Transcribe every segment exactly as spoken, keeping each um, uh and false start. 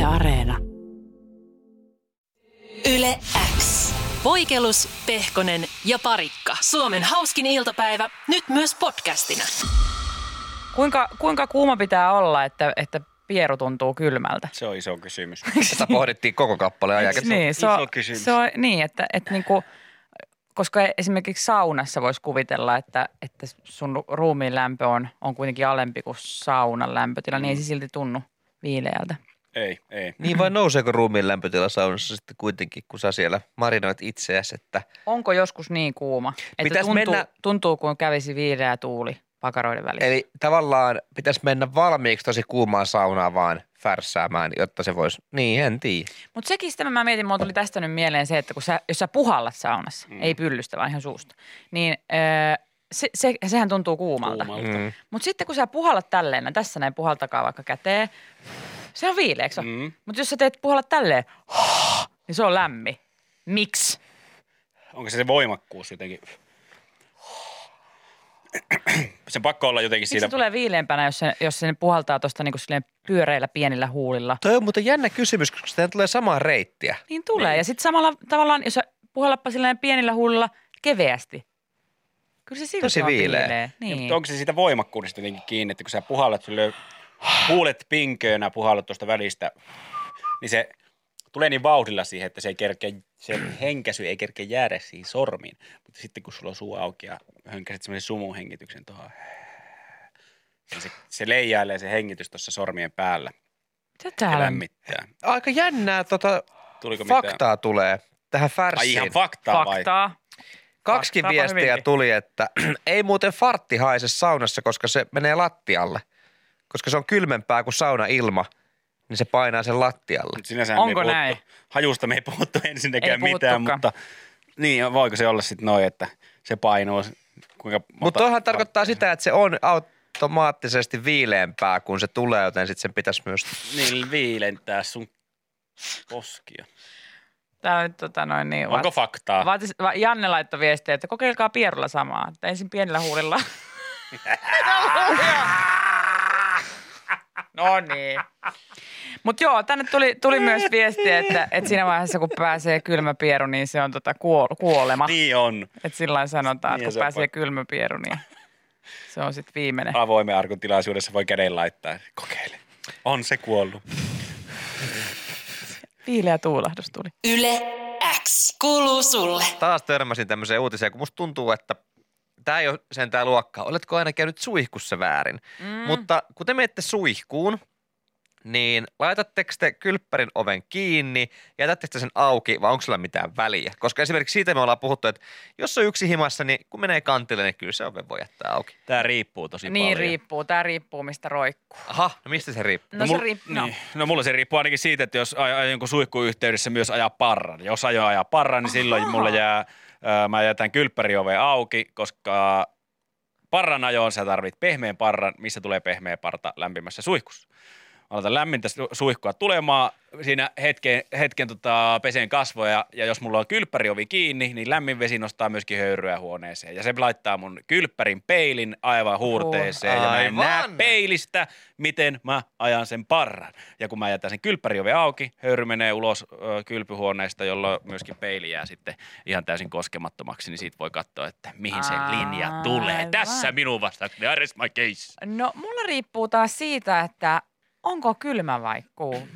Yle Areena. Yle X. Voikelus, Pehkonen ja Parikka. Suomen hauskin iltapäivä, nyt myös podcastina. Kuinka, kuinka kuuma pitää olla, että, että pieru tuntuu kylmältä? Se on iso kysymys. Sitä pohdittiin koko kappaleen ajan. Niin, se on, iso kysymys. se on niin, että, että niinku, koska esimerkiksi saunassa voisi kuvitella, että, että sun ruumiin lämpö on, on kuitenkin alempi kuin saunan lämpötila, mm. niin ei se silti tunnu viileältä. Ei, ei. Niin vai nouseeko ruumiin lämpötila saunassa sitten kuitenkin, kun sä siellä marinoit itseäsi, että... Onko joskus niin kuuma, että Pitäis tuntuu, mennä... tuntuu, kun kävisi viileä tuuli pakaroiden välissä? Eli tavallaan pitäisi mennä valmiiksi tosi kuumaan saunaan vaan färssäämään, jotta se voisi... Niin, en tiedä. Mutta sekin sitten mä mietin, mulla tuli tästä nyt mieleen se, että kun sä, jos sä puhallat saunassa, mm. ei pyllystä vaan ihan suusta, niin öö, se, se, sehän tuntuu kuumalta. Kuumalta. Mm. Mutta sitten kun sä puhallat tälleen, tässä näin puhaltakaa vaikka käteen, se on viileeksi. Mm. Mutta jos sä teet puhallat tälleen, niin se on lämmin. Miksi? Onko se se voimakkuus jotenkin? Se pakko olla jotenkin Miksi siitä. se tulee viileämpänä, jos se, jos se puhaltaa tuosta niinku silleen pyöreillä pienillä huulilla? Toi on muuten jännä kysymys, koska sitä tulee samaa reittiä. Niin tulee. Niin. Ja sitten samalla tavallaan, jos sä puhallappa silleen pienillä huulilla keveästi. Kyllä se silti Tosi on viileä. viileä. Niin. Niin. Onko se siitä voimakkuudesta jotenkin kiinni, että kun sä puhallat, sulle huulet pinköönä, puhallat tuosta välistä, niin se tulee niin vauhdilla siihen, että se ei kerkeä, se henkäsy ei kerkeä jäädä siihen sormiin. Mutta sitten kun sulla on suu auki ja hönkäset semmoisen sumuhengityksen tuohon, niin se, se leijailee se hengitys tuossa sormien päällä ja Tätä lämmittää. Aika jännää tota Tuliko faktaa mitään? tulee tähän Ai färssiin. ihan faktaa vai? faktaa. Kaksi Faktaapa viestiä hyvinkin. tuli, että ei muuten fartti haise saunassa, koska se menee lattialle. Koska se on kylmempää kuin saunailma, niin se painaa sen lattialle. Mut sinänsä Onko me ei näin? puhuttu, hajusta me ei puhuttu ensinnäkään Ei mitään, puhuttukaan. mutta niin, voiko se olla sitten noin, että se painuu kuinka monta... Mutta toihan tarkoittaa sitä, että se on automaattisesti viileämpää, kun se tulee, joten sitten sen pitäisi myös... Niin viilentää sun poskia. Tää on nyt tota noin niin. Onko faktaa? Vaatis, va, Janne laittoi viestiä, että kokeilkaa pierulla samaa. Että ensin pienillä huulilla. No niin. Mutta joo, tänne tuli, tuli myös viestiä, että, että siinä vaiheessa kun pääsee kylmä pieru, niin se on tota kuol, kuolema. Niin on. Että sillä lailla sanotaan, Niin että se kun on pääsee pakko. kylmä pieru, niin se on sitten viimeinen. Avoimen arkun tilaisuudessa voi käden laittaa. Kokeile. On se kuollut. Viileä tuulahdus tuli. Yle X. Kuuluu sulle. Taas törmäsin tämmöiseen uutiseen, kun musta tuntuu, että tämä ei ole sentään luokkaa. Oletko aina käynyt suihkussa väärin? Mm. Mutta kun te menette suihkuun, niin laitatteko te kylppärin oven kiinni, jätättekö te sen auki vai onko sillä mitään väliä? Koska esimerkiksi siitä me ollaan puhuttu, että jos on yksi himassa, niin kun menee kantille, niin kyllä se oven voi jättää auki. Tää riippuu tosi Niin paljon. riippuu. Tämä riippuu, mistä roikkuu. Aha, no mistä se riippuu? No, se mul- riippuu. No. Niin. No mulla se riippuu ainakin siitä, että jos ajan jonkun suihkuyhteydessä myös ajaa parran. Jos ajo ajaa parran, niin silloin mulla jää, ää, mä jätän kylppärioven auki, koska parran ajoon sä tarvit pehmeän parran, missä tulee pehmeä parta lämpimässä suihkussa. Aloitan lämmintä su- suihkua tulemaan, siinä hetken, hetken tota, peseen kasvoja ja jos mulla on kylppäriovi kiinni, niin lämmin vesi nostaa myöskin höyryä huoneeseen. Ja se laittaa mun kylppärin peilin aivan huurteeseen ja mä en näe Aivan. peilistä, miten mä ajan sen parran. Ja kun mä jätän sen kylppärioven auki, höyry menee ulos ö, kylpyhuoneesta, jolloin myöskin peili jää sitten ihan täysin koskemattomaksi, niin siitä voi katsoa, että mihin se linja tulee. Aivan. Tässä minun vastaukseni, arrest my case. No mulla riippuu taas siitä, että onko kylmä vai kuuma.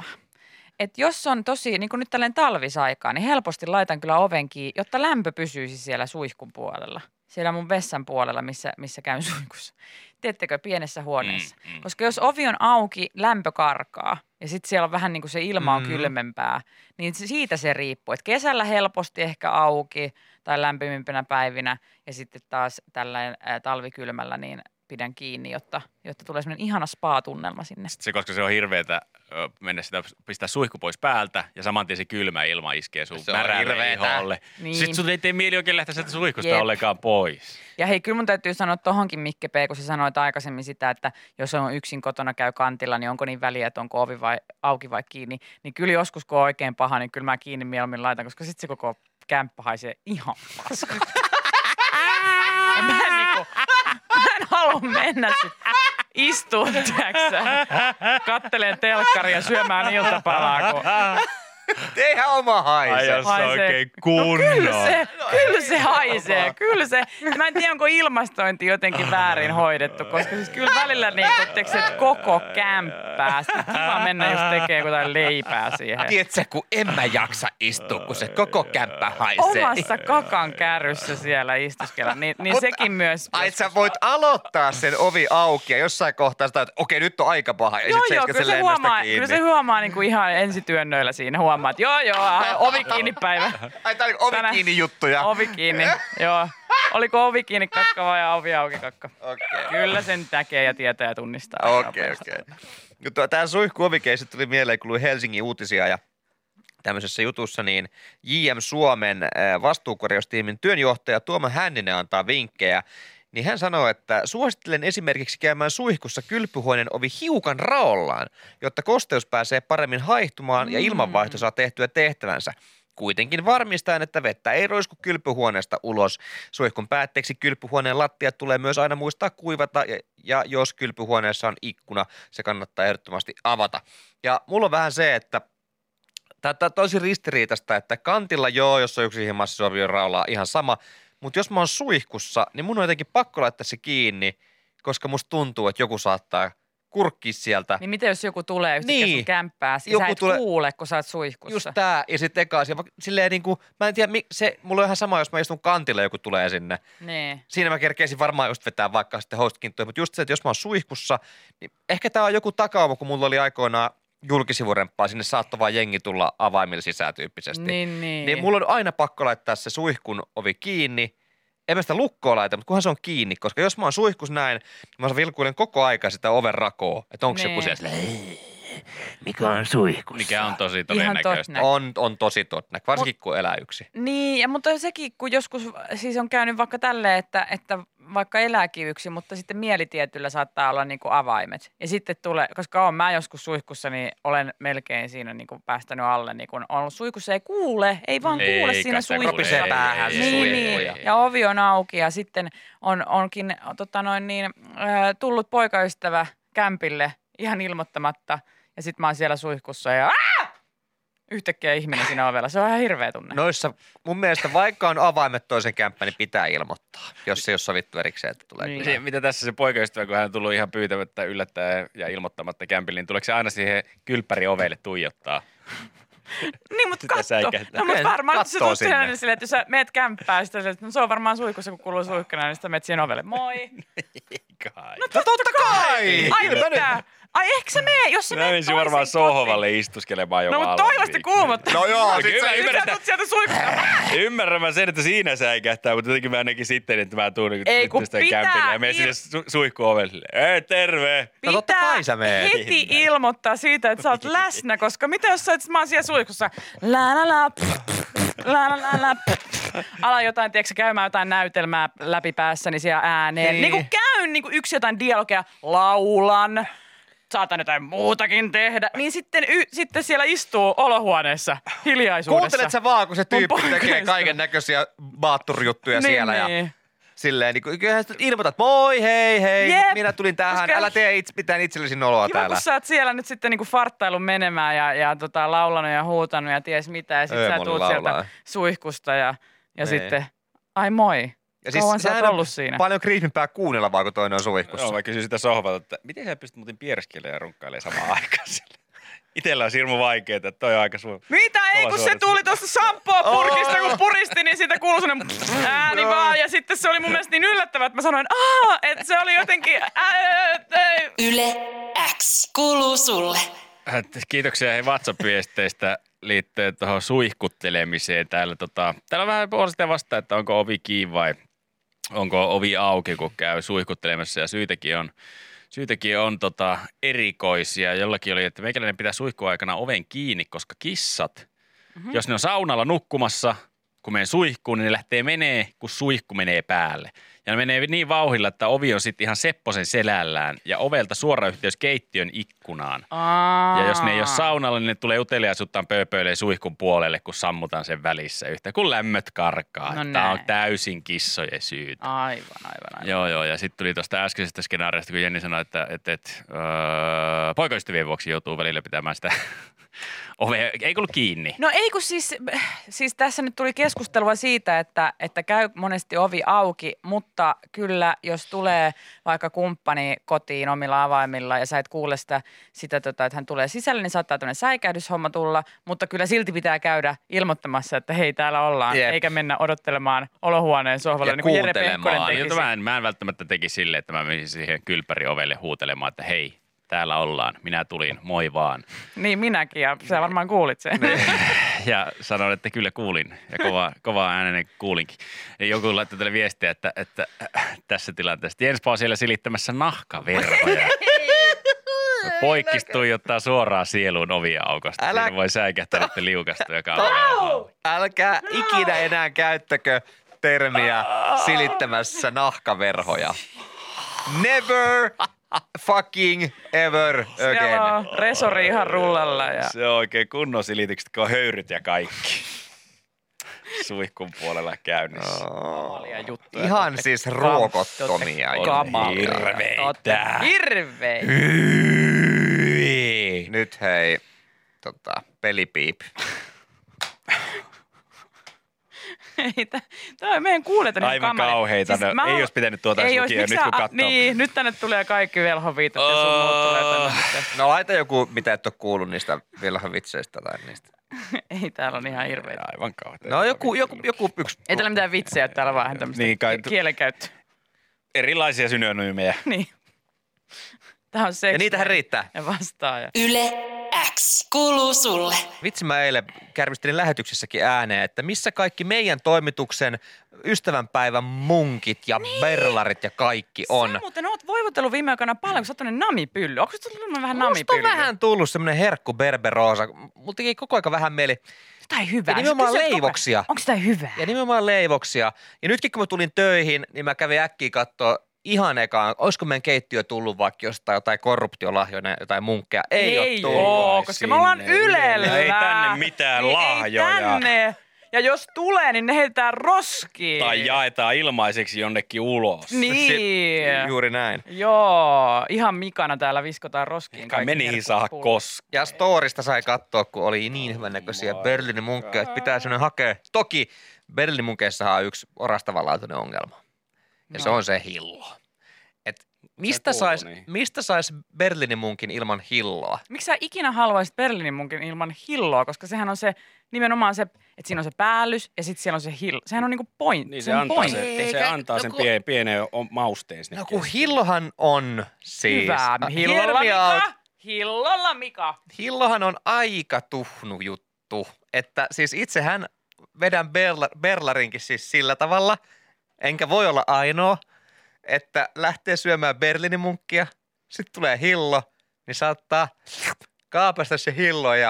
Et jos on tosi, niin kuin nyt tällainen talvisaikaa, niin helposti laitan kyllä oven kiinni, jotta lämpö pysyisi siellä suihkun puolella. Siellä mun vessan puolella, missä, missä käyn suihkussa. Tiedättekö, pienessä huoneessa. Mm, mm. Koska jos ovi on auki, lämpö karkaa ja sitten siellä on vähän niin kuin se ilma on Mm. kylmempää, niin se- siitä se riippuu. Et kesällä helposti ehkä auki tai lämpimimpänä päivinä ja sitten taas tällä ää, talvikylmällä niin pidän kiinni, jotta, jotta tulee semmoinen ihana spa-tunnelma sinne. Se, koska se on hirveetä ö, mennä sitä, pistää suihku pois päältä ja saman tien se kylmä ilma iskee sun Se on märälle hirveetä. iholle. Niin. Sitten sun ei tee mieli oikein lähteä sieltä suihkusta Jep. ollenkaan pois. Ja hei, kyllä mun täytyy sanoa tohonkin Mikke P, kun sä sanoit aikaisemmin sitä, että jos on yksin kotona käy kantilla, niin onko niin väliä, että onko ovi vai auki vai kiinni. Niin kyllä joskus, kun on oikein paha, niin kyllä mä kiinni mieluummin laitan, koska sitten se koko kämppä haisee ihan paskaa. Ja mä en, niinku, mä en halua mennä sit istuu, tiedätkö kattelee telkkaria syömään iltapalaa, kun Eihän oma Ai haise. jos haisee. oikein No kunnon. kyllä se, kyllä se haisee, kyllä se. Ja mä en tiedä, onko ilmastointi jotenkin väärin hoidettu, koska siis kyllä välillä niin kun että koko kämppää. Sitten kiva mennä just tekee jotain leipää siihen. Tiedätkö, kun en mä jaksa istua, kun se koko kämppä haisee. Omassa kakan kärryssä siellä istuskella, niin, niin Mutta- sekin myös. Ai, että sä voit aloittaa sen ovi auki ja jossain kohtaa sitä, että okei, nyt on aika paha. Ja Joo, sit joo, seiskät kyllä sen se lennosta huomaa, kiinni. kyllä se huomaa niin kuin ihan ensityönnöillä siinä huomaa, että joo, joo, ovi kiinni päivä. Ai, tää oli ovi Tänä- kiinni juttuja. Ovi kiinni, joo. Oliko ovi kiinni kakka vai ovi auki kakka? Okei. Kyllä sen näkee ja tietää ja tunnistaa. Okei, okei. Okay. Tämä suihkuovikeissi tuli mieleen, kun luin Helsingin uutisia ja tämmöisessä jutussa, niin J M Suomen äh, vastuukorjaustiimin työnjohtaja Tuomo Hänninen antaa vinkkejä. Niin hän sanoo, että suosittelen esimerkiksi käymään suihkussa kylpyhuoneen ovi hiukan raollaan, jotta kosteus pääsee paremmin haihtumaan ja ilmanvaihto saa tehtyä tehtävänsä. Kuitenkin varmistaen, että vettä ei roisku kylpyhuoneesta ulos. Suihkun päätteeksi kylpyhuoneen lattiat tulee myös aina muistaa kuivata ja, ja jos kylpyhuoneessa on ikkuna, se kannattaa ehdottomasti avata. Ja mulla on vähän se, että tämä on tosi ristiriitasta, että kantilla joo, jos on yksi himassa sovi raulaa, ihan sama. Mutta jos mä oon suihkussa, niin mun on jotenkin pakko laittaa se kiinni, koska musta tuntuu, että joku saattaa kurkkia sieltä. Niin miten jos joku tulee yhtäkkiä Niin. sun kämppää, niin Joku sä et tulee- kuule, kun sä oot suihkussa. Just tää, ja sitten eka asia, vaikka silleen niinku, mä en tiedä, mi- se, mulla on ihan sama, jos mä istun kantilla ja joku tulee sinne. Niin. Siinä mä kerkeisin varmaan just vetää vaikka sitten hostkinttuja, mutta just se, että jos mä oon suihkussa, niin ehkä tää on joku takauma, kun mulla oli aikoinaan julkisivuremppaa, sinne saattoi vaan jengi tulla avaimilla sisään tyyppisesti. Niin, niin. Niin mulla on aina pakko laittaa se suihkun ovi kiinni. En mä sitä lukkoa laita, mutta kunhan se on kiinni, koska jos mä oon suihkus näin, niin mä vilkuilen koko aika sitä oven rakoa, että onko Niin. joku siellä silleen, mikä on suihkussa? Mikä on tosi Ihan todennäköistä. totta. On, on tosi todennäköistä, varsinkin kun elää yksi. Niin, ja, mutta sekin, kun joskus siis on käynyt vaikka tälleen, että, että vaikka elääkin yksi, mutta sitten mielitietyllä saattaa olla niin kuin avaimet. Ja sitten tulee, koska olen mä joskus suihkussa, niin olen melkein siinä niin kuin päästänyt alle, niin kun on ollut suihkussa, ei kuule, ei vaan Eikä kuule siinä se suihkussa. Ropisee päähän se Niin, suihku. niin, ja ovi on auki ja sitten on, onkin tota noin niin, äh, tullut poikaystävä kämpille ihan ilmoittamatta ja sitten mä oon siellä suihkussa ja Aa! Yhtäkkiä ihminen siinä ovella. Se on ihan hirveä tunne. Noissa mun mielestä vaikka on avaimet toisen kämppään, niin pitää ilmoittaa, jos ei ole sovittu erikseen, että tulee Niin. kyllä. Se, mitä tässä se poikaystävä, kun hän on tullut ihan pyytämättä, yllättäen ja ilmoittamatta kämpille, niin tuleeko se aina siihen kylppäri ovelle tuijottaa? Niin, mutta Sitä katso. säikähtää. No, mutta varmaan se Kattoo tulee sinne. sinne silleen, että jos sä meet kämppään, sitten sä, no se on varmaan suihkussa, kun kuuluu suihkuna, niin sitten meet siihen ovelle. Moi. Kai. No totta kai! Ai mitä? Ai ehkä se mee, jos se Mä meet menisin toisen varmaan kotiin. sohvalle istuskelemaan jo No mutta toivottavasti kuumottaa. No joo, sit Sit sä sä ymmärrät- tulet sieltä suihkusta. Ymmärrän mä sen, että siinä säikähtää, mutta jotenkin mä ainakin sitten, että mä tuun Ei, kun tästä pitää kämpille ja menen il- sinne su- suihkuovelle. Ei, terve! No totta Pitää kai sä meet. heti ilmoittaa siitä, että sä oot läsnä, koska mitä jos sä oot, mä oon siellä suihkussa, la la la, pff, pff, la la la la, pff. Ala jotain, tiedätkö, käymään jotain näytelmää läpi päässäni siellä ääneen. Niin. Niin kuin käyn niin kuin yksi jotain dialogia, laulan, saatan jotain muutakin tehdä. Niin sitten, y- sitten siellä istuu olohuoneessa hiljaisuudessa. Kuuntelet sä vaan, kun se tyyppi Mun tekee poikaystävä. kaiken näköisiä baatturijuttuja niin, siellä ja niin. silleen, niin kuin, kyllähän sä ilmoitat, moi, hei, hei, Jep. minä tulin tähän, Koska- älä tee itse mitään itsellesi noloa Kiva, täällä. kun sä oot siellä nyt sitten niinku farttailun menemään ja, ja tota, laulanut ja huutanut ja ties mitä. Ja sit Öö, sä moni tuut laulaa. sieltä suihkusta ja, ja Niin. sitten, ai moi. Ja Kauan sä oot sehän on ollut siinä. Paljon kriipimpää kuunnella vaan, kun toinen on suihkussa. Joo, mä kysyin sitä sohvalta, että miten sä pystyt muuten piereskeilemään ja runkkailemaan samaan aikaan sille. Itellä on hirmu vaikeaa, että toi on aika sun. Mitä ei, Kova kun se suoritus. tuli tuosta shampoo purkista, kun puristi, niin siitä kuului sellainen ääni Joo. vaan. Ja sitten se oli mun mielestä niin yllättävää, että mä sanoin, aah, että se oli jotenkin, ää, ei. Yle X kuuluu sulle. Äh, Kiitoksia hei WhatsApp-viesteistä liittyen tuohon suihkuttelemiseen. Täällä, tota, täällä on vähän puolesta vasta, että onko ovi kiinni vai onko ovi auki, kun käy suihkuttelemassa. Ja syytäkin on, syytäkin on tota, erikoisia. Jollakin oli, että meikäläinen pitää suihkuaikana oven kiinni, koska kissat, mm-hmm. jos ne on saunalla nukkumassa, kun menen suihkuun, niin ne lähtee menee, kun suihku menee päälle. Ja ne menee niin vauhilla, että ovi on sitten ihan sepposen selällään ja ovelta suora yhteys keittiön ikkunaan. Aa. Ja jos ne ei ole saunalla, niin ne tulee uteliaisuuttaan pööpöilee suihkun puolelle, kun sammutaan sen välissä yhtä, kun lämmöt karkaa. No Tämä on näin. täysin kissojen syytä. Aivan, aivan, aivan. Joo, joo. Ja sitten tuli tuosta äskeisestä skenaariosta, kun Jenni sanoi, että, että, että öö, poikaystävien vuoksi joutuu välillä pitämään sitä ovea. Ei ollut kiinni. No ei kun siis, siis tässä nyt tuli keskustelua siitä, että, että käy monesti ovi auki, mutta kyllä jos tulee vaikka kumppani kotiin omilla avaimilla ja sä et kuule sitä, sitä tota, että hän tulee sisälle, niin saattaa tämmöinen säikähdyshomma tulla, mutta kyllä silti pitää käydä ilmoittamassa, että hei täällä ollaan, Jep. eikä mennä odottelemaan olohuoneen sohvalle, Ja niin kuin Jere kuuntelemaan. Pehkonen Jota tekisi. mä, en, mä en välttämättä teki silleen, että mä menisin siihen kylppäri ovelle huutelemaan, että hei, täällä ollaan, minä tulin, moi vaan. Niin minäkin, ja sä varmaan kuulit sen. Ja sanoin, että kyllä kuulin ja kova, kova äänenen kuulinkin. Ja joku laittoi tälle viestiä, että, että äh, tässä tilanteessa Jenspa on siellä silittämässä nahkaverhoja. Poikkis tuijottaa suoraan sieluun oviaukosta. Älä- Siinä voi säikähtää nyt liukastua ja kauheaa. Älkää ikinä enää käyttäkö termiä silittämässä nahkaverhoja. Never fucking ever Siellä again. on resori ihan rullalla. Ja... Se on oikein kunnon silitykset, kun on höyryt ja kaikki. Suihkun puolella käynnissä. Kamalia juttuja. Ihan siis ruokottomia. On Kamalia. hirveitä. Hirveitä. Hyi. Nyt hei, tota, pelipiip. Ei, tämä on meidän kuulijat niin Aivan kamalia. kauheita. No, mä ei haluan- olisi pitänyt tuota ei edes olisi, lukia miksi nyt, kun sä- katsoo. Niin, nyt tänne tulee kaikki velhoviitot ja sun muut tulee tänne sitten. No laita joku, mitä et ole kuullut niistä vilhavitseistä tai niistä. Ei, täällä on ihan hirveitä. Aivan kauheita. No joku, joku, joku yksi. Ei täällä mitään vitsejä, täällä vaan vähän tämmöistä Niin kai- ki- kielenkäyttöä. Erilaisia synonyymejä. Niin. Tämä on seksi. Ja niitähän riittää. Ja vastaaja. Yle X kuuluu sulle. Vitsi mä eilen kärvistelin lähetyksessäkin ääneen, että missä kaikki meidän toimituksen ystävänpäivän munkit ja niin. berlarit ja kaikki on. Sä muuten oot voivotellut viime aikoina paljon, kun sä oot tämmönen namipylly. Onko se tullut vähän Musta on namipylly? vähän tullut semmoinen herkku berberoosa. Mulla teki koko aika vähän mieli. Jotain hyvää. Ja nimenomaan Sä kysyt koko ajan, leivoksia. Onko sitä hyvää? Ja nimenomaan leivoksia. Ja nytkin kun mä tulin töihin, niin mä kävin äkkiä katsoa ihan ekaan, olisiko meidän keittiö tullut vaikka jostain jotain korruptiolahjoja, jotain munkkeja. Ei, ei ole tullut. oo, koska me ollaan Sinne Ylellä. Ei tänne mitään niin lahjoja. Ei tänne. Ja jos tulee, niin ne heitetään roskiin. Tai jaetaan ilmaiseksi jonnekin ulos. Niin. Juuri näin. Joo, ihan Mikana täällä viskotaan roskiin. Kai me niihin saa koskea. Ja storista sai katsoa, kun oli niin hyvännäköisiä Berliinin munkkeja, että pitää sinne hakea. Toki Berliinin munkeissahan on yksi orastavanlaatuinen ongelma. Ja no. se on se hillo. Et mistä kuuluu sais, niin. mistä sais Berliinin munkin ilman hilloa? Miksi sä ikinä haluaisit Berliinin munkin ilman hilloa, koska sehän on se nimenomaan se, että siinä on se päällys ja sitten siellä on se hillo. Sehän on niinku point, Niin se se on antaa, pointti. sen, se Eikä- antaa sen no kun- pien, pienen o- mausteen sinne. No kun kesken. hillohan on siis... Hyvä. Ah, Hillolla hear me out. Mika. Hillolla Mika. Hillohan on aika tuhnu juttu. Että siis itsehän vedän berla, berlarinkin siis sillä tavalla, enkä voi olla ainoa, että lähtee syömään Berliinin munkkia, sitten tulee hillo, niin saattaa kaapasta se hillo ja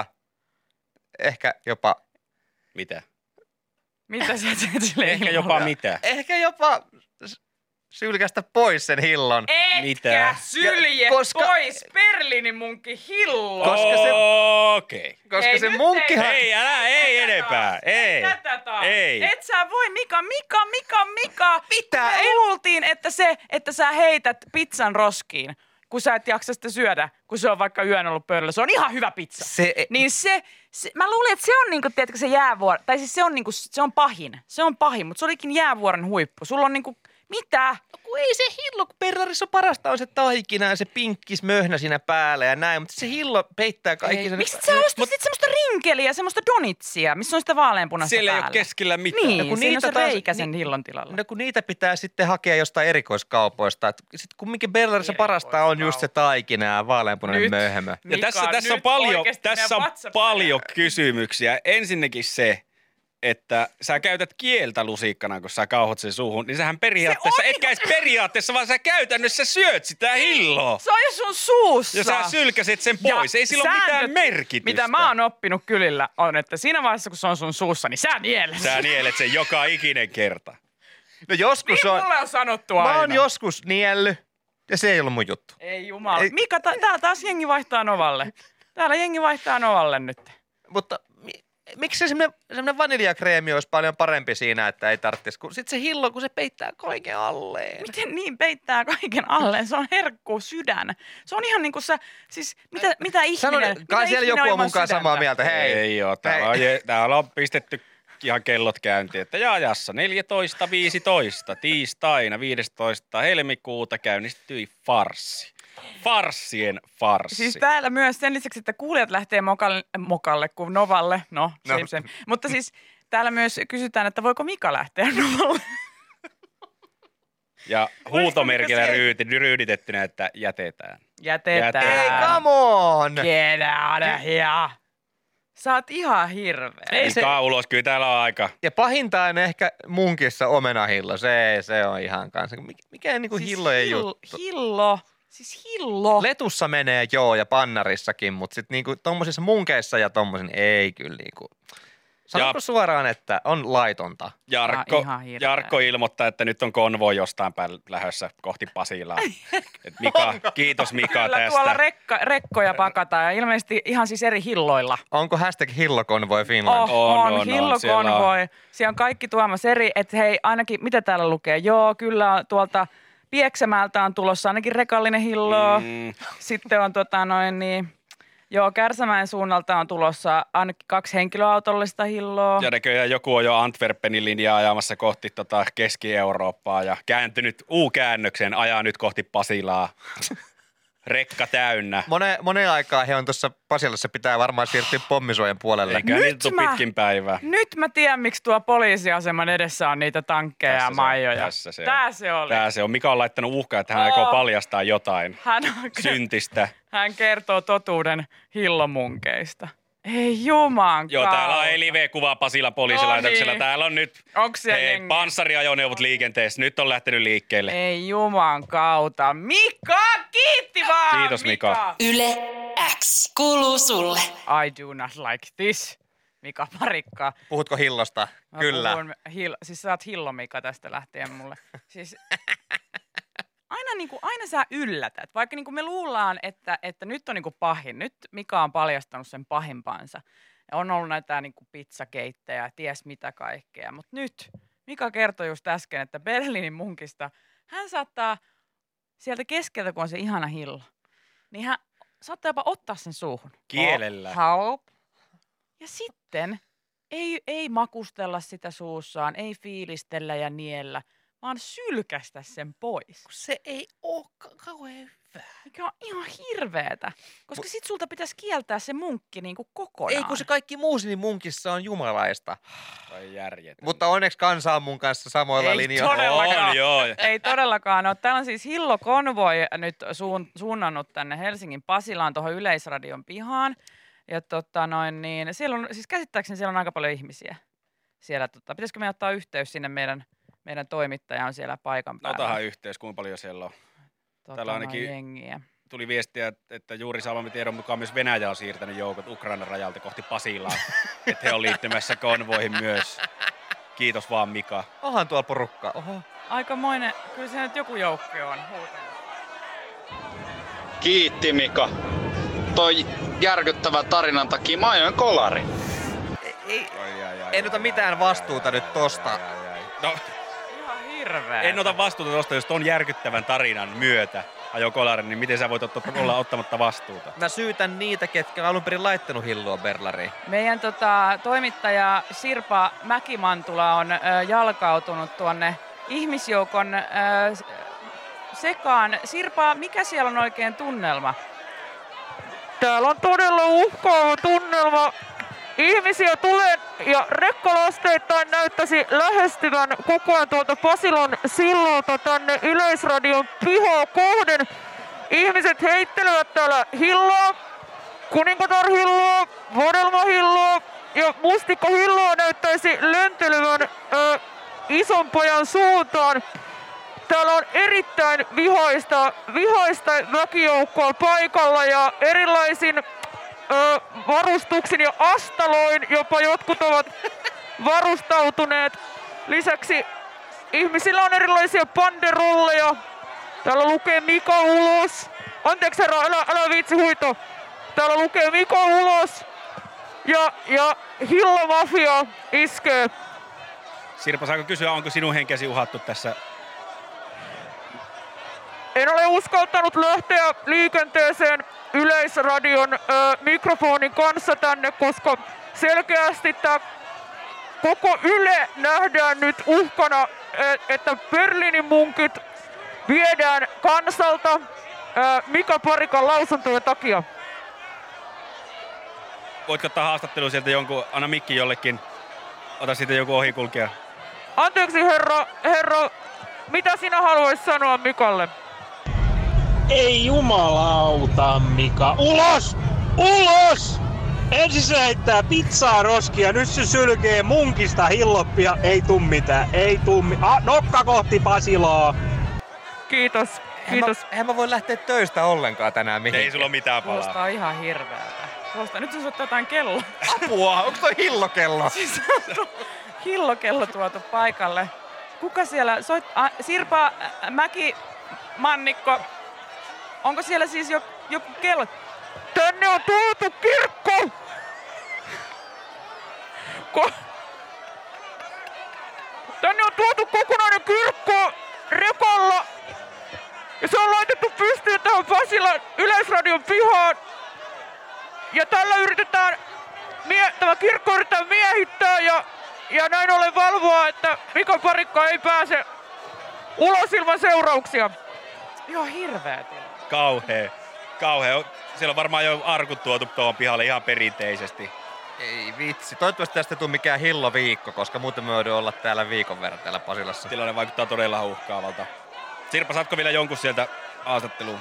ehkä jopa, Mitä? Mitä sä teet silleen Ehkä hillolla? jopa mitä? ehkä jopa s- sylkästä pois sen hillon. Etkä Mitä? sylje Ja- koska- pois Berliinin munkki hilloa. Koska se- Okei. Koska Ei, se nyt munkkihan... Ei, älä, ei enempää. Ei. Tätä taas. Ei. Et sä voi, Mika, Mika, Mika, Mika. Mitä? Me En- luultiin, että se, että sä heität pizzan roskiin, kun sä et jaksa sitä syödä, kun se on vaikka yön ollut pöydällä. Se on ihan hyvä pizza. Se, Niin se, se, mä luulin, että se on niinku, tiedätkö, se jäävuori, tai siis se on niinku, se on pahin. Se on pahin, mutta se olikin jäävuoren huippu. Sulla on niinku, mitä? kun ei se hillo, kun perlarissa parasta on se taikina ja se pinkkis möhnä siinä päällä ja näin, mutta se hillo peittää kaikki sen. Miksi sä ostat sit semmoista rinkeliä, semmoista donitsia, missä on sitä vaaleanpunaista Siellä ei päällä? ole keskellä mitään. Niin, No kun siinä on niitä se taas- reikä sen ni- hillon tilalla. No kun niitä pitää sitten hakea jostain erikoiskaupoista. Sitten kumminkin Bellarissa parasta on just se taikina ja vaaleanpunainen Nyt. möhmö. Ja Mika, tässä, tässä on nyt paljon, oikeesti tässä meidän on WhatsApp- paljon kysymyksiä. Ensinnäkin se, että sä käytät kieltä lusikkana, kun sä kauhot sen suuhun, niin sähän periaatteessa, Se on etkä edes periaatteessa, vaan sä käytännössä syöt sitä hilloa. Se on jo sun suussa. Ja sä sylkäset sen Ja pois. Ei sillä ole mitään sääntöt, merkitystä. Mitä mä oon oppinut kylillä, on, että siinä vaiheessa, kun se on sun suussa, niin sä nielet. Sä nielet sen joka ikinen kerta. No joskus Niin on... mulle on sanottu aina. Mä oon joskus niellyt, ja se ei ollut mun juttu. Ei jumala. Ei- Mika, ta- täällä taas jengi vaihtaa Novalle. Täällä jengi vaihtaa Novalle nyt. Mutta mi- miksi se semmoinen, semmoinen vaniljakreemi olisi paljon parempi siinä, että ei tarvitsisi, kun sit se hillo, kun se peittää kaiken alleen. Miten niin peittää kaiken alle? Se on herkku sydän. Se on ihan niin kuin sä, siis mitä, mitä ihminen... Sanon, mitä kai siellä ihminen joku on ilman mun kanssa samaa sydäntä? mieltä. Hei. Ei oo. Täällä Hei. on, je- täällä on pistetty ihan kellot käyntiin, että jaajassa neljätoista viisitoista tiistaina viidestoista helmikuuta käynnistyi farssi. Farssien farssi. Siis täällä myös sen lisäksi, että kuulijat lähtee mokalle, mokalle kuin Novalle. No, No. no. Sen. Mutta siis täällä myös kysytään, että voiko Mika lähteä Novalle. Ja Olisiko huutomerkillä mikä se- ryyti, ryyditettynä, että jätetään. Jätetään. Jätetään. Ei, come on! Get out of here. Sä oot ihan hirveä. Ei se- Mikä ulos, kyllä täällä on aika. Ja pahinta on ehkä munkissa omenahillo. Se, se on ihan kanssa. Mikä, mikä niinku Siis hillo ei hill- juttu. Hillo. Siis hillo. Letussa menee joo ja pannarissakin, mutta sitten niinku tommosissa munkeissa ja tommosin ei kyllä niinku. Sanonko Ja- suoraan, että on laitonta? Jarkko, ihan hirveä. Jarkko ilmoittaa, että nyt on konvoi jostain päin lähdössä kohti Pasilaa. Et Mika, kiitos Mika Kyllä tästä. tuolla rekka, rekkoja pakataan ja ilmeisesti ihan siis eri hilloilla. Onko hashtag hillokonvoi Finland? Oh, On, on, on, on, on. hillokonvoi. Siellä on kaikki tuomassa eri, että hei ainakin, mitä täällä lukee? Joo, kyllä on tuolta Pieksämäältä on tulossa ainakin rekallinen hilloa. Mm, Sitten on tota noin niin, joo, Kärsämäen suunnalta on tulossa ainakin kaksi henkilöautollista hilloa. ja näköjään joku on jo Antwerpenin linjaa ajamassa kohti tota Keski-Eurooppaa ja kääntynyt U-käännökseen, ajaa nyt kohti Pasilaa. Rekka täynnä. Mone, moneen aikaa he on tuossa Pasilassa, pitää varmaan siirtyä pommisuojan puolelle. Eikä Nyt niitä tule mä- pitkin päivää. Nyt mä tiedän, miksi tuo poliisiaseman edessä on niitä tankkeja Tässä ja se on, maijoja. tässä se on. Tää se oli. Tää se on. Mika on laittanut uhkaa, että hän Oh. aikoo paljastaa jotain Hän, on, syntistä. hän kertoo totuuden hillomunkeista. Ei juman Joo, täällä on kautta. ei live-kuvaa Pasilan poliisilaitoksella. No niin. Täällä on nyt Onks siellä hei, jengiä? panssariajoneuvot liikenteessä. Nyt on lähtenyt liikkeelle. Ei juman kautta. Mika, kiitti vaan! Kiitos, Mika. Yle X kuuluu sulle. I do not like this. Mika Parikka. Puhutko hillosta? Mä Kyllä. Puhun, hil, siis sä oot hillo Mika tästä lähtien mulle. Siis, aina, niinku, aina sä yllätät. Vaikka niinku me luullaan, että, että nyt on niinku pahin. Nyt Mika on paljastanut sen pahimpansa. Ja on ollut näitä niinku pizzakeittejä ja ties mitä kaikkea. Mutta nyt Mika kertoi just äsken, että Berliinin munkista hän saattaa sieltä keskeltä, kun on se ihana hillo, niin hän saattaa jopa ottaa sen suuhun. Kielellä. Haup. Ja sitten ei, ei makustella sitä suussaan, ei fiilistellä ja niellä, vaan sylkästä sen pois. Se ei oo ka- kauhean hyvä. Mikä on ihan hirveetä. Koska sit sulta pitäisi kieltää se munkki niinku kokonaan. Ei kun se kaikki muu siinä munkissa on jumalaista. Ai järjetön. Mutta onneksi kansa on mun kanssa samoilla Ei linjoilla. todellakaan. On, joo. Ei todellakaan ole. Täällä on siis Hillo Konvoi nyt suun, suunnannut tänne Helsingin Pasilaan tuohon Yleisradion pihaan. Ja tota noin niin, siellä on, siis käsittääkseni siellä on aika paljon ihmisiä. Siellä tota, pitäisikö me ottaa yhteys sinne meidän, meidän toimittaja on siellä paikan päällä. Otahan yhteys, kuinka paljon siellä on. tota, täällä ainakin- noin jengiä. Tuli viestiä, että juuri saamamme tiedon mukaan myös Venäjä on siirtänyt joukot Ukrainan rajalta kohti Pasilaa. Että he on liittymässä konvoihin myös. Kiitos vaan Mika. Onhan tuolla porukkaa. Oho. Aikamoinen, kyllä se nyt joku joukko on huutanut. Kiitti Mika. Toi järkyttävän tarinan takia mä ajoin kolari. Ei, Ai, ai, ai, en ota ai, mitään ai, vastuuta ai, nyt ai, tosta. ai, ai, ai. No, Ihan hirveä. en ota vastuuta tosta, jos ton järkyttävän tarinan myötä ajo kolarin, niin miten sä voit ottaa, olla ottamatta vastuuta? Mä syytän niitä, ketkä on alun perin laittanut hilloa Berlariin. Meidän tota, toimittaja Sirpa Mäkimantula on ö, jalkautunut tuonne ihmisjoukon ö, s- sekaan. Sirpa, mikä siellä on oikein tunnelma? Täällä on todella uhkaava tunnelma. Ihmisiä tulee ja rekkalasteittain näyttäisi lähestyvän koko ajan tuolta Pasilan sillalta tänne Yleisradion pihaa kohden. Ihmiset heittelevät täällä hilloa, kuningatarhilloa, vadelmahilloa, ja mustikka hilloa näyttäisi lentelevän ö, ison pojan suuntaan. Täällä on erittäin vihaista, vihaista väkijoukkoa paikalla ja erilaisin ö, varustuksin ja astaloin jopa jotkut ovat varustautuneet. Lisäksi ihmisillä on erilaisia banderolleja. Täällä lukee Mika ulos. Anteeksi herra, älä, älä viitsi huito. Täällä lukee Mika ulos. Ja, ja Hilla Mafia iskee. Sirpa, saako kysyä, onko sinun henkesi uhattu tässä? En ole uskaltanut lähteä liikenteeseen Yleisradion ö, mikrofonin kanssa tänne, koska selkeästi tämä koko Yle nähdään nyt uhkana, että Berliinin munkit viedään kansalta ö, Mika Parikan lausuntojen takia. Voitko ottaa haastattelua sieltä jonkun, anna mikki jollekin, ota siitä joku ohikulkija. Anteeksi herra, herra, mitä sinä haluaisit sanoa Mikalle? Ei jumalauta, Mika. Ulos! Ulos! Ensin se heittää pizzaa roskia, nyt se sylkee munkista hilloppia. Ei tuu mitään, ei tuu mitään. Ah, nokka kohti Pasilaa. Kiitos, kiitos. Eihän mä voi lähteä töistä ollenkaan tänään mihinkään. Ei sulla ole mitään palaa. Kuulostaa ihan hirveältä. Kuulostaa, nyt se soittaa jotain kelloa. Apua, onko toi hillokello? Siis on hillokello tuotu paikalle. Kuka siellä soit... A, Sirpa ä, Mäki Mannikko. Onko siellä siis jo, joku kello? Tänne on tuotu kirkko! Ko... Tänne on tuotu kokonainen kirkko rekalla. Ja se on laitettu pystyyn tähän Pasilan Yleisradion pihaan. Ja tällä yritetään, mie- tämä kirkko yritetään miehittää ja, ja näin ollen valvoa, että Mika Parikka ei pääse ulos ilman seurauksia. Joo, hirveä tilanne. Kauhea, kauhea. Siellä on varmaan jo arkut tuotu tuohon pihalle ihan perinteisesti. Ei vitsi. Toivottavasti tästä ei tule mikään hilloviikko, koska muuten me voidaan olla täällä viikon verran täällä Pasilassa. Tilanne vaikuttaa todella uhkaavalta. Sirpa, saatko vielä jonkun sieltä haastatteluun?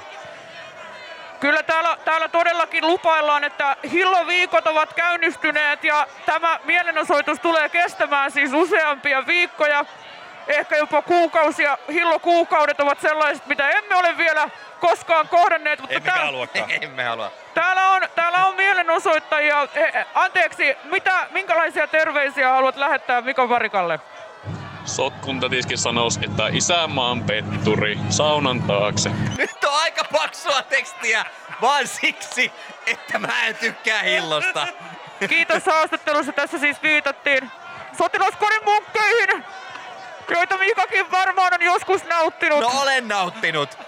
Kyllä täällä, täällä todellakin lupaillaan, että hilloviikot ovat käynnistyneet ja tämä mielenosoitus tulee kestämään siis useampia viikkoja, ehkä jopa kuukausia. Hillokuukaudet ovat sellaiset, mitä emme ole vielä koskaan kohdanneet. Mutta Emmekä tää, haluakaan. Emme halua. täällä, on, täällä on mielenosoittajia. He, anteeksi, mitä, minkälaisia terveisiä haluat lähettää Mika Parikalle? Sotkuntatiskin sanoisi, että isänmaan petturi saunan taakse. Nyt on aika paksua tekstiä, vaan siksi, että mä en tykkää hillosta. Kiitos haastattelussa. Tässä siis viitattiin sotilaskodin munkkeihin, joita Mikakin varmaan on joskus nauttinut. No olen nauttinut.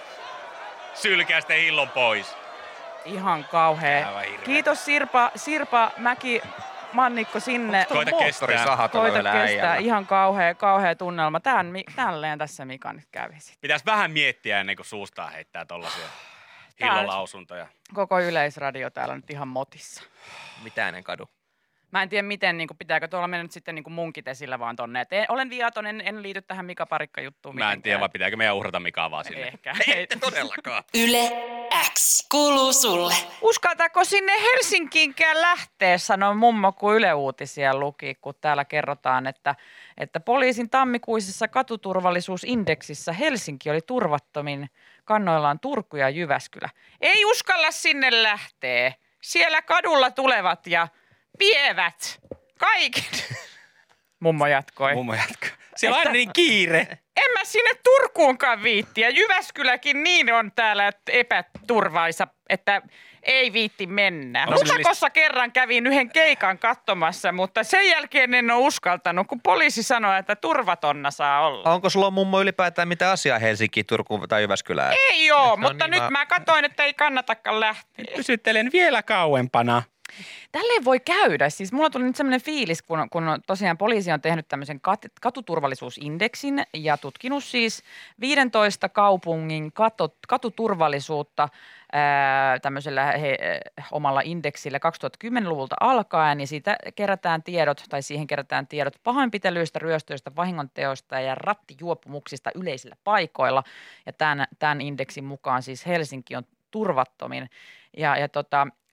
Sylkää sitten hillon pois. Ihan kauhea. Aivan hirveä. Kiitos Sirpa, Sirpa Mäki Mannikko sinne. Koita kestää. Koita kestää. Ihan kauhea, kauhea tunnelma. Tän, tälleen tässä Mika nyt kävisi. Pitäisi vähän miettiä ennen kuin suustaan heittää tollasia hillolausuntoja. Koko Yleisradio täällä nyt ihan motissa. Mitään en kadu. Mä en tiedä miten, niin kuin, pitääkö tuolla mennä nyt sitten niin kuin munkit esillä vaan tonne. Et en, olen viaton, en, en liity tähän Mika Parikka-juttuun Mä mitenkään. en tiedä, vai pitääkö meidän uhrata Mikaa vaan sinne. Ehkä. Ette todellakaan. Yle X kuuluu sulle. Uskaltaako sinne Helsinkiinkään lähteä, sanoi mummo, kun Yle Uutisia luki, kun täällä kerrotaan, että, että poliisin tammikuisessa katuturvallisuusindeksissä Helsinki oli turvattomin kannoillaan Turku ja Jyväskylä. Ei uskalla sinne lähteä. Siellä kadulla tulevat ja vievät kaiken. Mummo jatkoi. Mummo jatkoi. Siellä on aina niin kiire. En mä sinne Turkuunkaan viitti. Ja Jyväskyläkin niin on täällä epäturvaisa, että ei viitti mennä. No, Usakossa kerran kävin yhden keikan katsomassa, mutta sen jälkeen en ole uskaltanut, kun poliisi sanoi, että turvatonna saa olla. Onko sulla mummo ylipäätään mitä asiaa Helsinkiin, Turkuun tai Jyväskylään? Ei oo, No mutta niin, nyt mä- mä katsoin, että ei kannatakaan lähteä. Pysyttelen vielä kauempana. Tälleen voi käydä. Siis mulla tuli nyt semmoinen fiilis, kun, kun tosiaan poliisi on tehnyt tämmöisen kat- katuturvallisuusindeksin ja tutkinut siis viidentoista kaupungin katu, katuturvallisuutta ää, tämmöisellä he, omalla indeksillä kaksituhattakymmenluvulta alkaen. Ja siitä kerätään tiedot, tai siihen kerätään tiedot pahoinpitelyistä, ryöstöistä, vahingonteoista ja rattijuopumuksista yleisillä paikoilla. Ja tämän, tämän indeksin mukaan siis Helsinki on turvattomin. Ja, ja tota,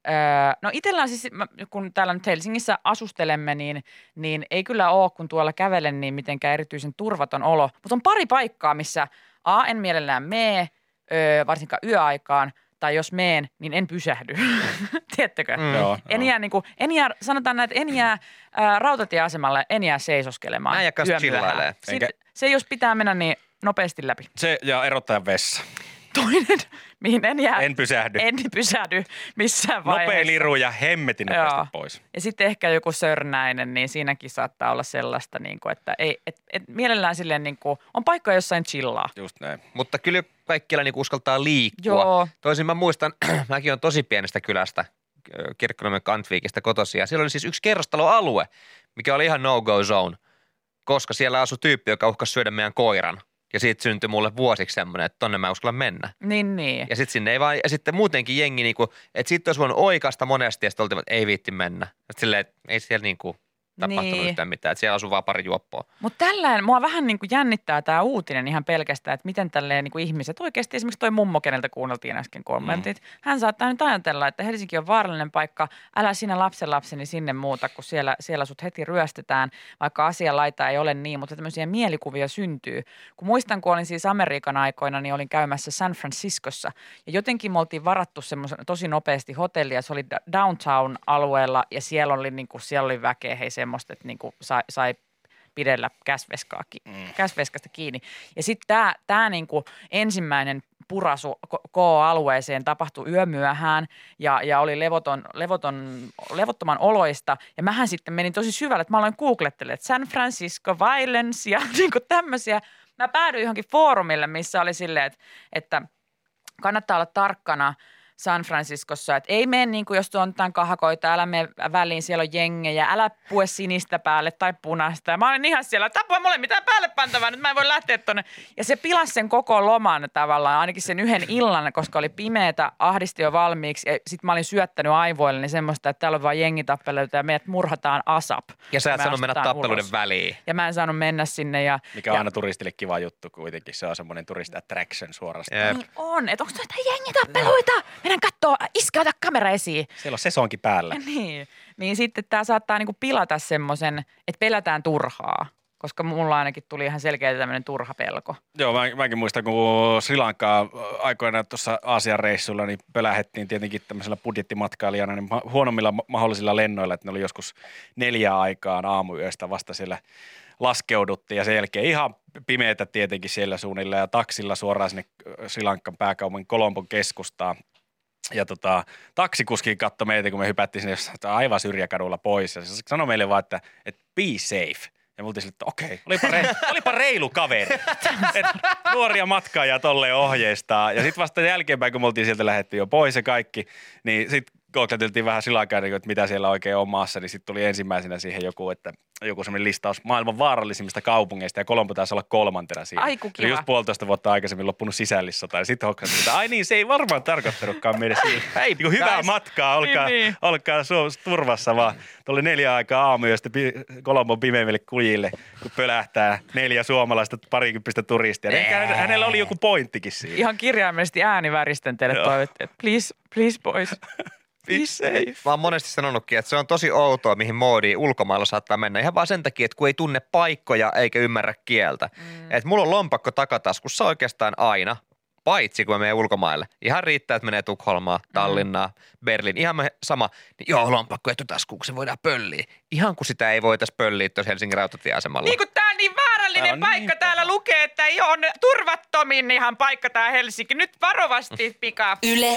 Öö, no itsellään siis, mä- kun täällä nyt Helsingissä asustelemme, niin, niin ei kyllä ole, kun tuolla kävelen, niin mitenkään erityisen turvaton olo. Mutta on pari paikkaa, missä A, en mielellään mee, öö, varsinkaan yöaikaan, tai jos meen, niin en pysähdy. Tiedättekö? Mm. Joo, En joo. jää, niin kuin, en jää, sanotaan näin, että en jää ää, rautatieasemalle, en jää seisoskelemaan. Mä en jää kanssa yömyöhään. chillailee. Sitten se, jos pitää mennä, niin nopeasti läpi. Se ja erottajan vessa. Toinen, mihin en jää, En pysähdy. en pysähdy missään vaiheessa. Nopea liru ja hemmetin nopeasti Joo. pois. Ja sitten ehkä joku sörnäinen, niin siinäkin saattaa olla sellaista, niin kuin, että ei, et, et mielellään silleen, niin kuin, on paikka jossain chillaa. Just näin. Mutta kyllä kaikkialla niinku uskaltaa liikkua. Joo. Toisin mä muistan, mäkin on tosi pienestä kylästä, Kirkkoniemen Kantviikistä kotoisin. Ja siellä oli siis yksi kerrostaloalue, mikä oli ihan no-go zone, koska siellä asui tyyppi, joka uhkasi syödä meidän koiran. Ja siitä syntyi mulle vuosiksi semmoinen, että tonne mä uskalla mennä. Niin, niin. Ja sitten sinne ei vaan, ja sitten muutenkin jengi niinku, että siitä olisi voinut oikasta monesti ja sitten oltiin, että ei viitti mennä. Sitten silleen, että ei siellä niinku tapahtunut Niin. yhtään mitään, että siellä asuu vaan pari juoppoa. Mutta tällään, mua vähän niin kuin jännittää tämä uutinen ihan pelkästään, että miten tälleen niin kuin ihmiset, oikeasti esimerkiksi toi mummo, keneltä kuunneltiin äsken kommentit, mm. hän saattaa nyt ajatella, että Helsinki on vaarallinen paikka, älä sinä lapsenlapseni sinne muuta, kun siellä, siellä sut heti ryöstetään, vaikka asianlaita ei ole niin, mutta tämmöisiä mielikuvia syntyy. Kun muistan, kun olin siis Amerikan aikoina, niin olin käymässä San Franciscossa ja jotenkin me oltiin varattu semmoisen tosi nopeasti hotellia, se oli downtown-alueella ja siellä oli, niin kuin, siellä oli väkeä, hei semmoista, että niin kuin sai, sai pidellä käsveskaa, mm. käsveskasta kiinni. Ja sitten tämä tää niinku ensimmäinen purasu K-alueeseen tapahtui yömyöhään ja, ja oli levoton, levoton, levottoman oloista. Ja mähän sitten menin tosi syvälle, että mä aloin googlettelemaan, että San Francisco violence ja niinku tämmöisiä. Mä päädyin johonkin foorumille, missä oli silleen, että, että kannattaa olla tarkkana San Franciscossa, että ei mene niin kuin jos on tämän kahakoita, älä mene väliin, siellä on jengejä, älä pue sinistä päälle tai punaista. Ja mä olin ihan siellä, että tapua mulle mitään päälle pantavaa, nyt mä en voi lähteä tonne. Ja se pilasi sen koko loman tavallaan, ainakin sen yhden illan, koska oli pimeätä, ahdisti jo valmiiksi. Ja sit mä olin syöttänyt aivoille niin semmoista, että täällä on vaan jengitappeluita ja meidät murhataan asap. Ja sä et Me saanut mennä astutaan tappeluiden ulos. väliin. Ja mä en saanut mennä sinne. Ja, Mikä on ja, aina turistille kiva juttu kuitenkin. Se on semmoinen turist attraction suorastaan. Jep. niin on, että onko näitä jengitappeluita? Mennään kattoo, iskä, ota kamera esiin. Siellä on sesonkin päällä. Niin, niin sitten tämä saattaa niinku pilata semmoisen, että pelätään turhaa, koska mulla ainakin tuli ihan selkeä tämmöinen turha pelko. Joo, mä, mäkin muistan, kun Sri Lankaa aikoinaan tuossa Aasian reissulla, niin pölähettiin tietenkin tämmöisellä budjettimatkailijana niin ma- huonommilla ma- mahdollisilla lennoilla, että ne oli joskus neljä aikaan aamuyöstä vasta siellä laskeuduttiin ja sen jälkeen ihan pimeätä tietenkin siellä suunnilleen ja taksilla suoraan sinne Sri Lankan pääkaupungin Kolombon keskustaan. Ja tota, taksikuski katsoi meitä, kun me hypättiin sinne jossain aivan syrjäkadulla pois ja se sanoi meille vaan, että, että be safe. Ja me oltiin sille, että okei, olipa, re, olipa reilu kaveri. Et nuoria matkaajia tolleen ohjeistaa. Ja sitten vasta jälkeenpäin, kun me oltiin sieltä lähdetty jo pois ja kaikki, niin sitten googleteltiin vähän sillä aikaa, että mitä siellä oikein on maassa, niin sitten tuli ensimmäisenä siihen joku, että joku semmoinen listaus maailman vaarallisimmista kaupungeista ja Kolombo taisi olla kolmantena siinä. Ai, kun Se oli kiva. just puolitoista vuotta aikaisemmin loppunut sisällissota ja sitten hoksasin, että ai niin, se ei varmaan tarkoittanutkaan meidän siihen. Hei, niin hyvää matkaa, olkaa, Niin, niin. olkaa Suomessa turvassa vaan. Tuolle neljä aikaa aamuyöstä pi- Kolombon pimeimmille kujille, kun pölähtää neljä suomalaista parikymppistä turistia. Niin ehkä hänellä oli joku pointtikin siinä. Ihan kirjaimellisesti ääniväristeen teille Joo. toivottiin, että please, please boys, be safe. Mä oon monesti sanonutkin, että se on tosi outoa, mihin moodiin ulkomailla saattaa mennä. Ihan vaan sen takia, että kun ei tunne paikkoja eikä ymmärrä kieltä. Mm. Että mulla on lompakko takataskussa oikeastaan aina, paitsi kun mä menen ulkomaille. Ihan riittää, että menee Tukholmaa, Tallinnaa, mm. Berliin. Ihan sama, niin joo, lompakko etutaskuun, kun se voidaan pölliä. Ihan kun sitä ei voitaisi pölliä tuossa Helsingin rautatieasemalla. Niin kuin tää on niin vaarallinen Tää on paikka, niin täällä paha. lukee, että ei on turvattomin ihan paikka tää Helsinki. Nyt varovasti, Pika. Yle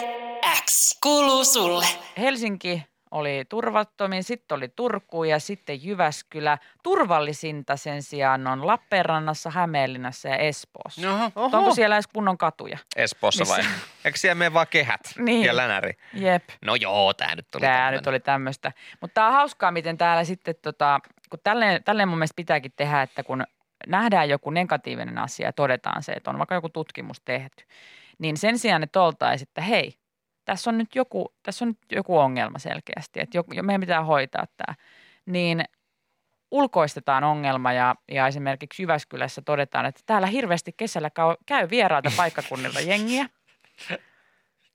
X kuuluu sulle. Helsinki oli turvattomin, sitten oli Turku ja sitten Jyväskylä. Turvallisinta sen sijaan on Lappeenrannassa, Hämeenlinnassa ja Espoossa. Oho. Oho. Onko siellä edes kunnon katuja? Espoossa vai? Missä? Eikö siellä mene vaan kehät Niin. ja länäri? Jep. No joo, tää nyt oli Tämä tämmönen. nyt oli tämmöistä. Mutta tämä on hauskaa, miten täällä sitten, tota, kun tälleen, tälleen mun mielestä pitääkin tehdä, että kun nähdään joku negatiivinen asia ja todetaan se, että on vaikka joku tutkimus tehty, niin sen sijaan, että oltaisiin, että hei, tässä on nyt joku, tässä on nyt joku ongelma selkeästi, että joku, meidän pitää hoitaa tämä, niin ulkoistetaan ongelma ja, ja esimerkiksi Jyväskylässä todetaan, että täällä hirveästi kesällä käy, käy vieraita paikkakunnilta jengiä.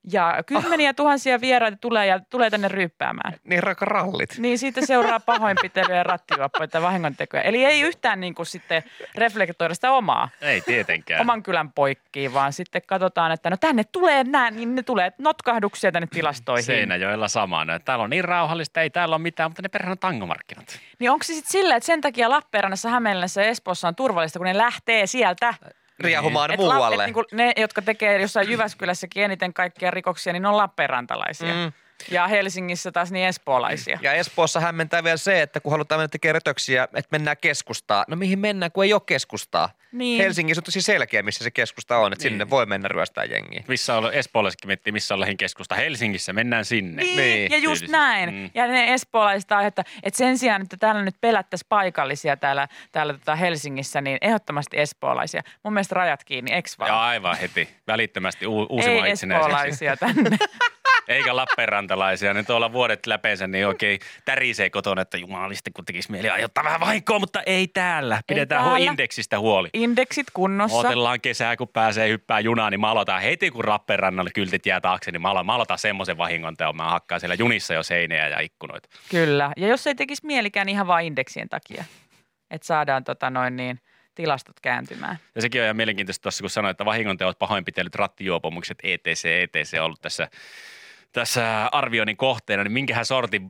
Ja kymmeniä tuhansia vieraita tulee ja tulee tänne ryyppäämään. Niin rakarallit. Niin siitä seuraa pahoinpitelyä ja rattijuoppoja ja vahingontekoja. Eli ei yhtään niin kuin sitten reflektoida sitä omaa. Ei tietenkään. Oman kylän poikkiin, vaan sitten katsotaan, että no tänne tulee nää, niin ne tulee notkahduksia tänne tilastoihin. Seinäjoella sama. Täällä on niin rauhallista, ei täällä ole mitään, mutta ne perhana on tangomarkkinat. Niin onko se sitten silleen, että sen takia Lappeenrannassa, Hämeenlinnassa ja Espoossa on turvallista, kun ne lähtee sieltä Riehumaan et muualle. La, et niinku ne, jotka tekee jossain Jyväskylässäkin eniten kaikkia rikoksia, niin ne on lappeenrantalaisia. Mm. Ja Helsingissä taas niin espoolaisia. Ja Espoossa hämmentää vielä se, että kun halutaan mennä tekemään rötöksiä, että mennään keskustaan. No mihin mennään, kun ei ole keskustaa? Niin. Helsingissä on tosi selkeä, missä se keskusta on, että niin. Sinne voi mennä ryöstää jengiä. Missä on espoolaisetkin miettii, missä on lähin keskusta. Helsingissä mennään sinne. Niin, niin. ja just Tyylisesti. näin. Mm. Ja ne espoolaiset että, että sen sijaan, että täällä nyt pelättäisiin paikallisia täällä, täällä tota Helsingissä, niin ehdottomasti espoolaisia. Mun mielestä rajat kiinni, eks vaan? Ja aivan heti. Välittömästi u- uusimaan ei itsenäiseksi. espoolaisia tänne. Eikä lappeenrantalaisia. Ne tuolla vuodet läpeensä niin oikein tärisee kotona, että jumaliste kun tekisi mieli aiheuttaa vähän vahinkoa, mutta ei täällä. Pidetään ei täällä. indeksistä huoli. Indeksit kunnossa. Otellaan kesää, kun pääsee hyppää junaan, niin mä aloitan heti, kun Lappeenrannalle kyltit jää taakse, niin mä aloitan, mä aloitan semmoisen vahingon teon. Mä hakkaan siellä junissa jo seinejä ja ikkunoita. Kyllä. Ja jos ei tekisi mielikään ihan vaan indeksien takia, että saadaan tota noin niin tilastot kääntymään. Ja sekin on ihan mielenkiintoista tuossa, kun sanoit, että vahingonteot, pahoinpitelyt, rattijuopumukset, et cetera, et cetera on ollut tässä, tässä arvioinnin kohteena, niin minkähän sortin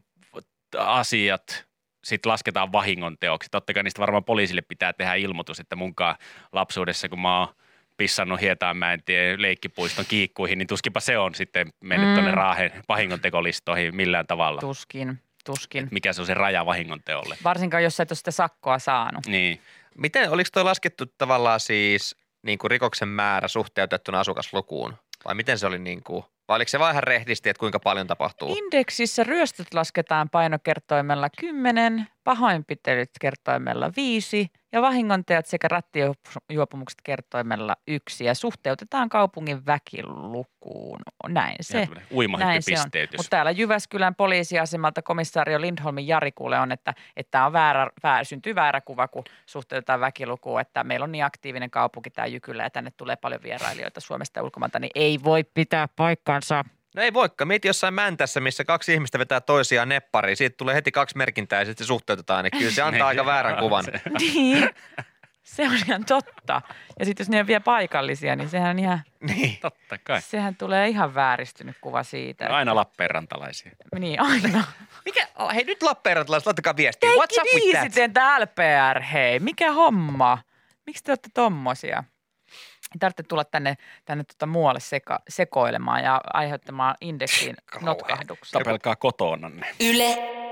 asiat sitten lasketaan vahingonteoksi. Totta kai niistä varmaan poliisille pitää tehdä ilmoitus, että munkaan lapsuudessa, kun mä oon pissannut Hietaanmäen tie leikkipuiston kiikkuihin, niin tuskinpa se on sitten mennyt mm. tuonne Raahen vahingontekolistoihin millään tavalla. Tuskin, tuskin. Et mikä se on se raja vahingonteolle. Varsinkaan, jos sä et ole sitä sakkoa saanut. Niin. Miten, oliko toi laskettu tavallaan siis niin kuin rikoksen määrä suhteutettuna asukaslukuun? Vai miten se oli niin kuin, vai oliko se vaan ihan rehdisti, että kuinka paljon tapahtuu? Indeksissä ryöstöt lasketaan painokertoimella kymmenen, pahoinpitelyt kertoimella viisi ja vahingonteot sekä rattijuopumukset kertoimella yksi ja suhteutetaan kaupungin väkilukuun. Näin se, näin se on. Mutta täällä Jyväskylän poliisiasemalta komissaario Lindholmin Jari kuule on, että tämä on väärä, väärä, syntyy väärä kuva, kun suhteutetaan väkilukuun, että meillä on niin aktiivinen kaupunki tämä Jykylä ja tänne tulee paljon vierailijoita Suomesta ja ulkomailta, niin ei voi pitää paikkaansa. No ei voikaan. Mieti jossain Mäntässä, missä kaksi ihmistä vetää toisiaan neppariin. Siitä tulee heti kaksi merkintää ja sitten se suhteutetaan. Niin kyllä se antaa aika väärän kuvan. Niin, se on ihan totta. Ja sitten jos ne on vielä paikallisia, niin sehän ihan, niin. Totta kai. Sehän tulee ihan vääristynyt kuva siitä. Aina Lappeenrantalaisia. Niin, aina. Mikä? Oh, hei nyt Lappeenrantalaiset, laittakaa viestiä. Take What's up it with easy, that? teitä L P R, hei. Mikä homma? Miksi te olette tommosia? Tarvitsette tulla tänne, tänne tuota muualle seka, sekoilemaan ja aiheuttamaan indeksiin notkahduksia. Tapelkaa kotonanne. Yle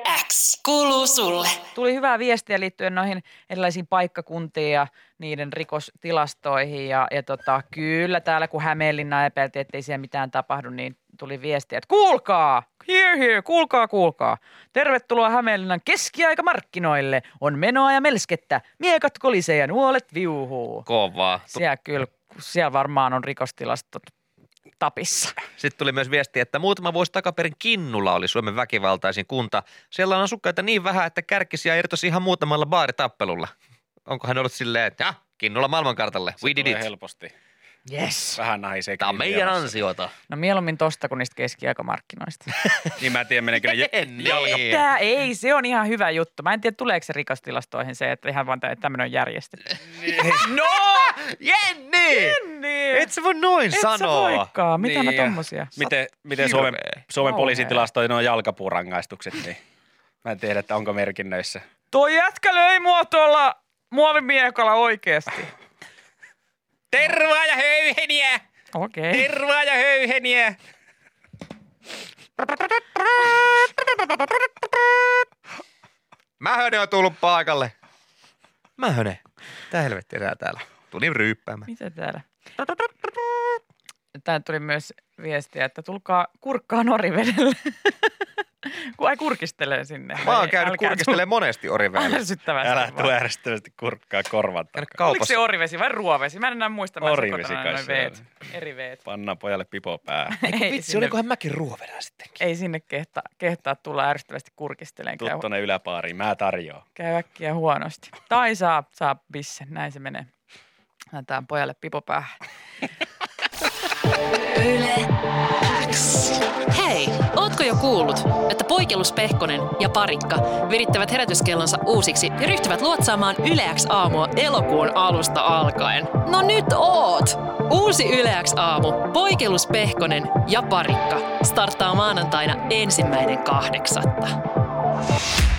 X kuuluu sulle. Tuli hyvää viestiä liittyen noihin erilaisiin paikkakuntiin ja niiden rikostilastoihin. Ja, ja tota, kyllä täällä kun Hämeenlinnaa epäiltiin, ettei siellä mitään tapahdu, niin tuli viestiä, että kuulkaa, here, here, kuulkaa, kuulkaa. Tervetuloa Hämeenlinnan keskiaikamarkkinoille. On menoa ja melskettä, miekat kolisee ja nuolet viuhuu. Kovaa. Siellä kyllä, siellä varmaan on rikostilastot tapissa. Sitten tuli myös viesti, että muutama vuosi takaperin Kinnula oli Suomen väkivaltaisin kunta. Siellä on asukkaita niin vähän, että Kärkisiä irtosi ihan muutamalla baaritappelulla. Onko hän ollut silleen, että ja, Kinnula maailmankartalle, we did it. Helposti. Yes. Vähän nahisee. Tämä on meidän ansiota. No mieluummin tosta kuin niistä keskiaikamarkkinoista. Niin mä en tiedä, meneekö ne jalka. Tää ei, se on ihan hyvä juttu. Mä en tiedä, tuleeko se rikostilastoihin se, että ihan vaan tämmöinen on järjestetty. No! Jenni! Jenni! Et sä voi noin Et sanoa. sä voikaan. Mitä Niin, mä ja tommosia? Miten, miten Suomen, Suomen Kauhea. poliisitilastoi nuo jalkapuurangaistukset, niin mä en tiedä, että onko merkinnöissä. Toi jätkä löi mua tuolla muovimiekalla oikeesti. Tervaa ja höyheniä! Okei. Okay. Tervaa ja höyheniä! Mähönen on tullut paikalle. Mähönen. Tää helvetti erää täällä. Tuli ryyppäämään. Mitä täällä? Tää tuli myös viestiä, että tulkaa kurkkaan Orivedelle. Kun ai kurkistelee sinne. Mä oon käynyt kurkistelemaan monesti Orivedelle. Ärsyttävästi. Älä tuu ärsyttävästi kurkkaa korvan takaa. Oliko se orivesi vai ruovesi? Mä en enää muista. Mä Orivesi kai noin se veet. on. Eri veet. Pannaan pojalle pipo päähän. Ei, Vitsi, sinne, olikohan mäkin ruovedellä sittenkin? ei sinne kehtaa, kehtaa tulla ärsyttävästi kurkisteleen. Tuu Käy, tonne yläpaariin, mä tarjoan. käy äkkiä huonosti. Tai saa, saa bissen, näin se menee. Annetaan pojalle pipo päähän. Yle X. jo kuullut, että Poikelus Pehkonen ja Parikka virittävät herätyskellonsa uusiksi ja ryhtyvät luotsaamaan Yle X aamua elokuun alusta alkaen? No nyt oot! Uusi Yle X aamu, Poikelus Pehkonen ja Parikka starttaa maanantaina ensimmäinen kahdeksatta.